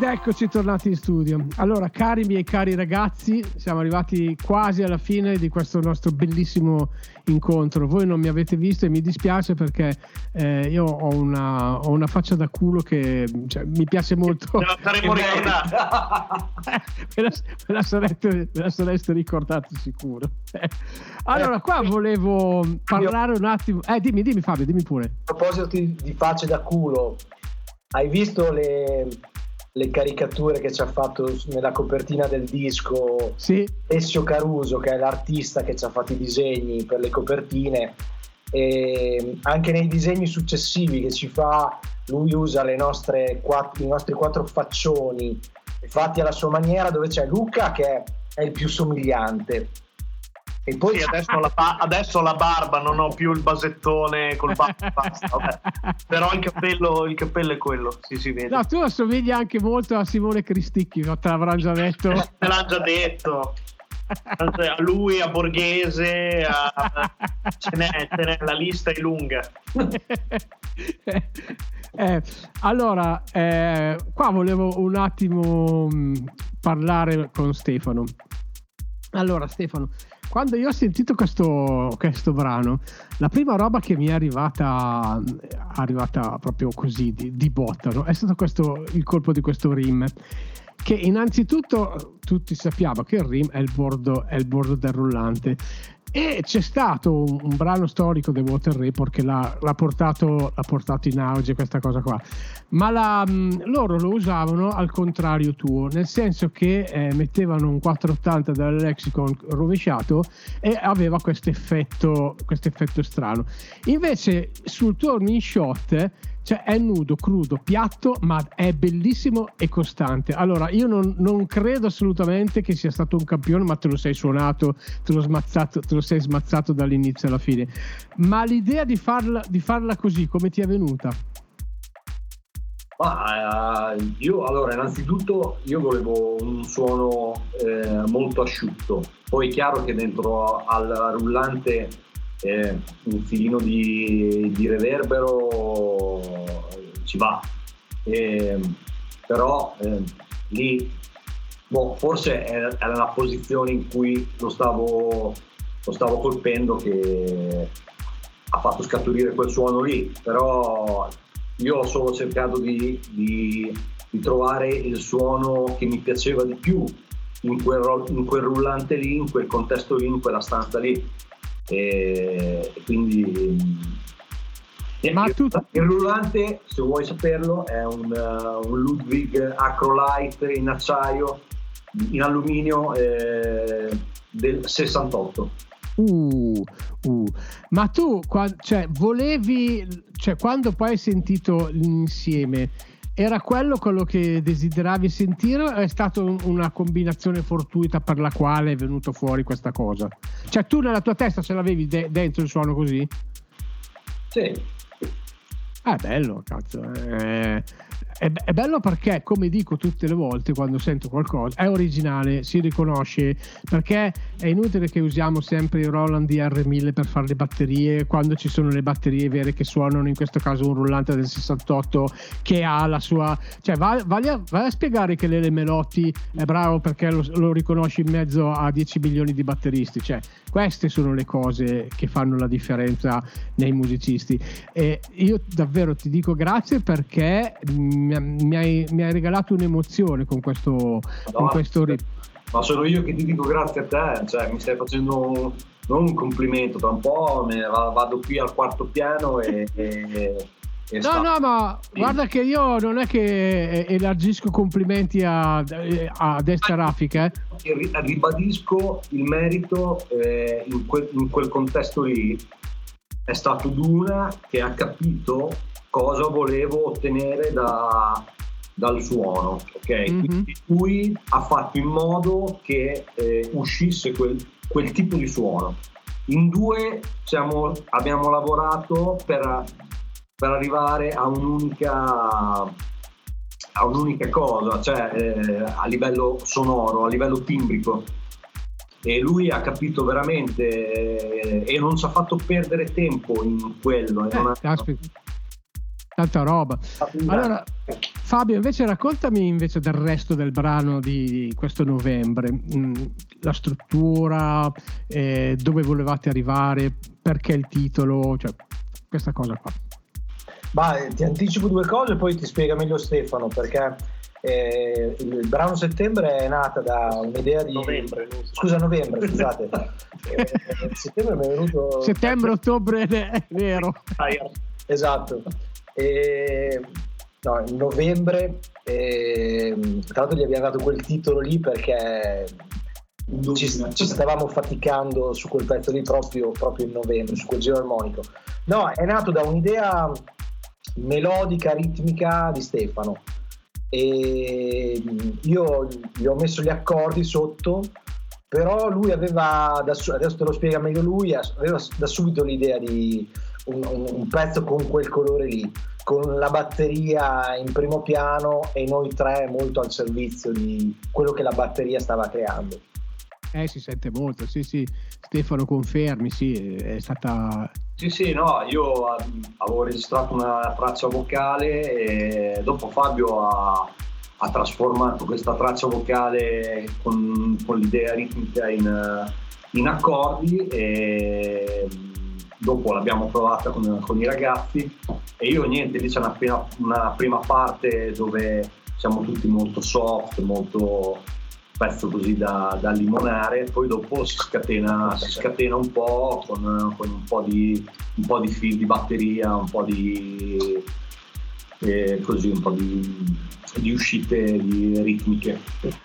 eccoci tornati in studio. Allora, cari miei cari ragazzi, siamo arrivati quasi alla fine di questo nostro bellissimo incontro. Voi non mi avete visto e mi dispiace perché io ho una faccia da culo che mi piace molto. Ce la saremo ricordati. Me la sareste ricordato sicuro. Allora, qua volevo parlare un attimo. Dimmi Fabio, dimmi pure. A proposito di facce da culo, hai visto le caricature che ci ha fatto nella copertina del disco? Sì. Ezio Caruso, che è l'artista che ci ha fatto i disegni per le copertine, e anche nei disegni successivi che ci fa lui usa i nostri 4 faccioni fatti alla sua maniera, dove c'è Luca che è il più somigliante. E poi sì, adesso la barba, non ho più il basettone col basta, vabbè. Però il cappello è quello, si vede. No, tu assomigli anche molto a Simone Cristicchi, no? Te l'avranno già detto. Me l'hanno già detto. A lui, a Borghese, ce n'è, la lista è lunga. Allora, qua volevo un attimo parlare con Stefano. Allora, Stefano, quando io ho sentito questo brano, la prima roba che mi è arrivata proprio così di botta, no? È stato il colpo di questo rim, che innanzitutto tutti sappiamo che il rim è il bordo del rullante, e c'è stato un brano storico del Water Report che l'ha portato in auge questa cosa qua, ma loro lo usavano al contrario tuo, nel senso che mettevano un 480 dal Lexicon rovesciato e aveva questo effetto strano. Invece sul tuo mini shot è nudo, crudo, piatto, ma è bellissimo e costante. Allora, io non credo assolutamente che sia stato un campione, ma te lo sei suonato, te lo sei smazzato dall'inizio alla fine. Ma l'idea di farla così, come ti è venuta? Allora, innanzitutto io volevo un suono molto asciutto. Poi è chiaro che dentro al rullante un filino di reverbero ci va, però lì forse era la posizione in cui lo stavo colpendo che ha fatto scaturire quel suono lì. Però io ho solo cercato di trovare il suono che mi piaceva di più in quel rullante lì, in quel contesto lì, in quella stanza lì. E quindi il rullante, se vuoi saperlo, è un Ludwig Acrolite in acciaio, in alluminio, del 68. Ma tu quando poi hai sentito l'insieme, era quello che desideravi sentire, o è stata una combinazione fortuita per la quale è venuto fuori questa cosa? Cioè, tu nella tua testa ce l'avevi dentro il suono così? Sì. È bello, cazzo. È bello perché, come dico tutte le volte quando sento qualcosa, è originale, si riconosce, perché è inutile che usiamo sempre il Roland DR1000 per fare le batterie quando ci sono le batterie vere che suonano, in questo caso un rullante del 68 che ha la sua, cioè vai a spiegare che Lele Melotti è bravo perché lo riconosci in mezzo a 10 milioni di batteristi. Cioè, queste sono le cose che fanno la differenza nei musicisti, e io davvero ti dico grazie perché mi hai regalato un'emozione con questo rip. Ma sono io che ti dico grazie a te, cioè mi stai facendo non un complimento, tra un po' vado qui al quarto piano e no, ma guarda che io non è che elargisco complimenti a destra raffica. Ribadisco il merito in quel contesto lì. È stato Duna che ha capito cosa volevo ottenere dal suono, ok? Mm-hmm. Quindi lui ha fatto in modo che uscisse quel tipo di suono. In due abbiamo lavorato per arrivare a un'unica cosa, cioè a livello sonoro, a livello timbrico. E lui ha capito veramente e non ci ha fatto perdere tempo in quello. Tanta roba. Allora, Fabio, invece raccontami invece del resto del brano di questo novembre, la struttura, dove volevate arrivare, perché il titolo, cioè questa cosa qua. Ti anticipo due cose, poi ti spiega meglio Stefano, perché il brano Settembre è nata da un'idea di novembre, scusate. Settembre mi è venuto settembre, ottobre è vero. Esatto. No, in novembre, tra l'altro gli abbiamo dato quel titolo lì perché ci stavamo faticando su quel pezzo lì proprio in novembre, su quel giro armonico. No, è nato da un'idea melodica, ritmica di Stefano, e io gli ho messo gli accordi sotto, però lui aveva, adesso te lo spiega meglio lui, aveva da subito l'idea di un pezzo con quel colore lì, con la batteria in primo piano e noi tre molto al servizio di quello che la batteria stava creando. Si sente molto, sì, Stefano confermi, sì, è stata... Sì, no, io avevo registrato una traccia vocale e dopo Fabio ha trasformato questa traccia vocale con l'idea ritmica in accordi, e dopo l'abbiamo provata con i ragazzi, e io lì c'è una prima parte dove siamo tutti molto soft, molto pezzo così da limonare, poi dopo si scatena un po' con un po' di fil di batteria, un po' di così, un po' di uscite di ritmiche.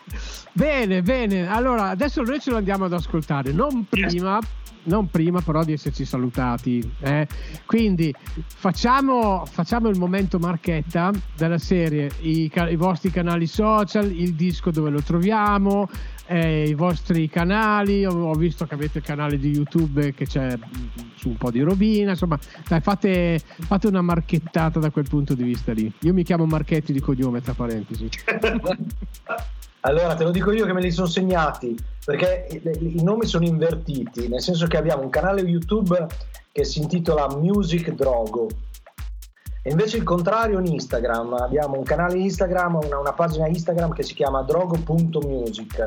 Bene, allora adesso noi ce lo andiamo ad ascoltare, non prima però di esserci salutati, quindi facciamo il momento marchetta della serie, i vostri canali social, il disco dove lo troviamo, i vostri canali. Ho visto che avete il canale di YouTube che c'è su un po' di robina, insomma dai, fate una marchettata da quel punto di vista lì. Io mi chiamo Marchetti di cognome, tra parentesi. Allora te lo dico io che me li sono segnati, perché i nomi sono invertiti, nel senso che abbiamo un canale YouTube che si intitola Music Drogo, e invece il contrario in Instagram, abbiamo un canale Instagram, una pagina Instagram che si chiama drogo.music,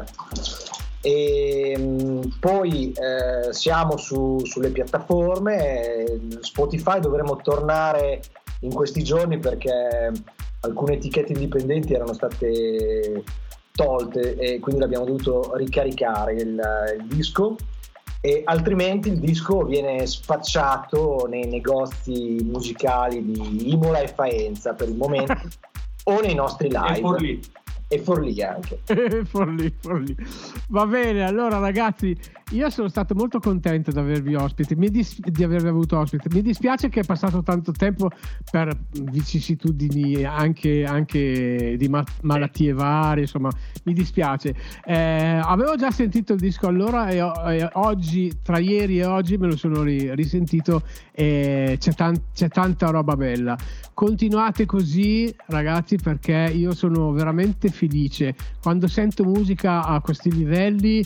e poi siamo sulle piattaforme. Spotify dovremo tornare in questi giorni perché alcune etichette indipendenti erano state tolte e quindi l'abbiamo dovuto ricaricare il disco, e altrimenti il disco viene spacciato nei negozi musicali di Imola e Faenza per il momento o nei nostri live e Forlì anche. Forlì. Va bene, allora ragazzi, io sono stato molto contento di avervi ospite, di avervi avuto ospite. Mi dispiace che è passato tanto tempo per vicissitudini anche di malattie varie, insomma mi dispiace. Avevo già sentito il disco allora e oggi, tra ieri e oggi, me lo sono risentito, e c'è tanta roba bella. Continuate così ragazzi, perché io sono veramente felice quando sento musica a questi livelli.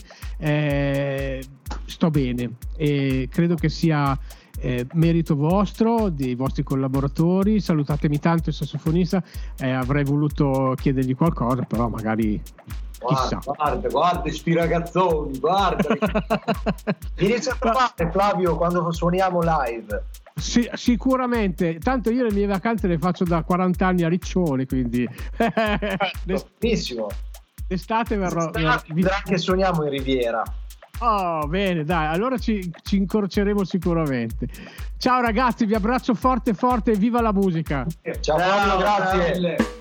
Sto bene e credo che sia merito vostro, dei vostri collaboratori. Salutatemi tanto il sassofonista, avrei voluto chiedergli qualcosa, però magari chissà. Guarda sti ragazzoni, guarda. Mi inizia a trovare, Flavio, quando suoniamo live. Sì, sicuramente, tanto io le mie vacanze le faccio da 40 anni a Riccione, quindi benissimo. L'estate verrò che suoniamo in Riviera. Oh, bene, dai, allora ci incroceremo sicuramente. Ciao ragazzi, vi abbraccio forte e viva la musica. Ciao Fabio, grazie.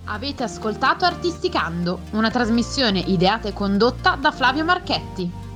Avete ascoltato Artisticando, una trasmissione ideata e condotta da Flavio Marchetti.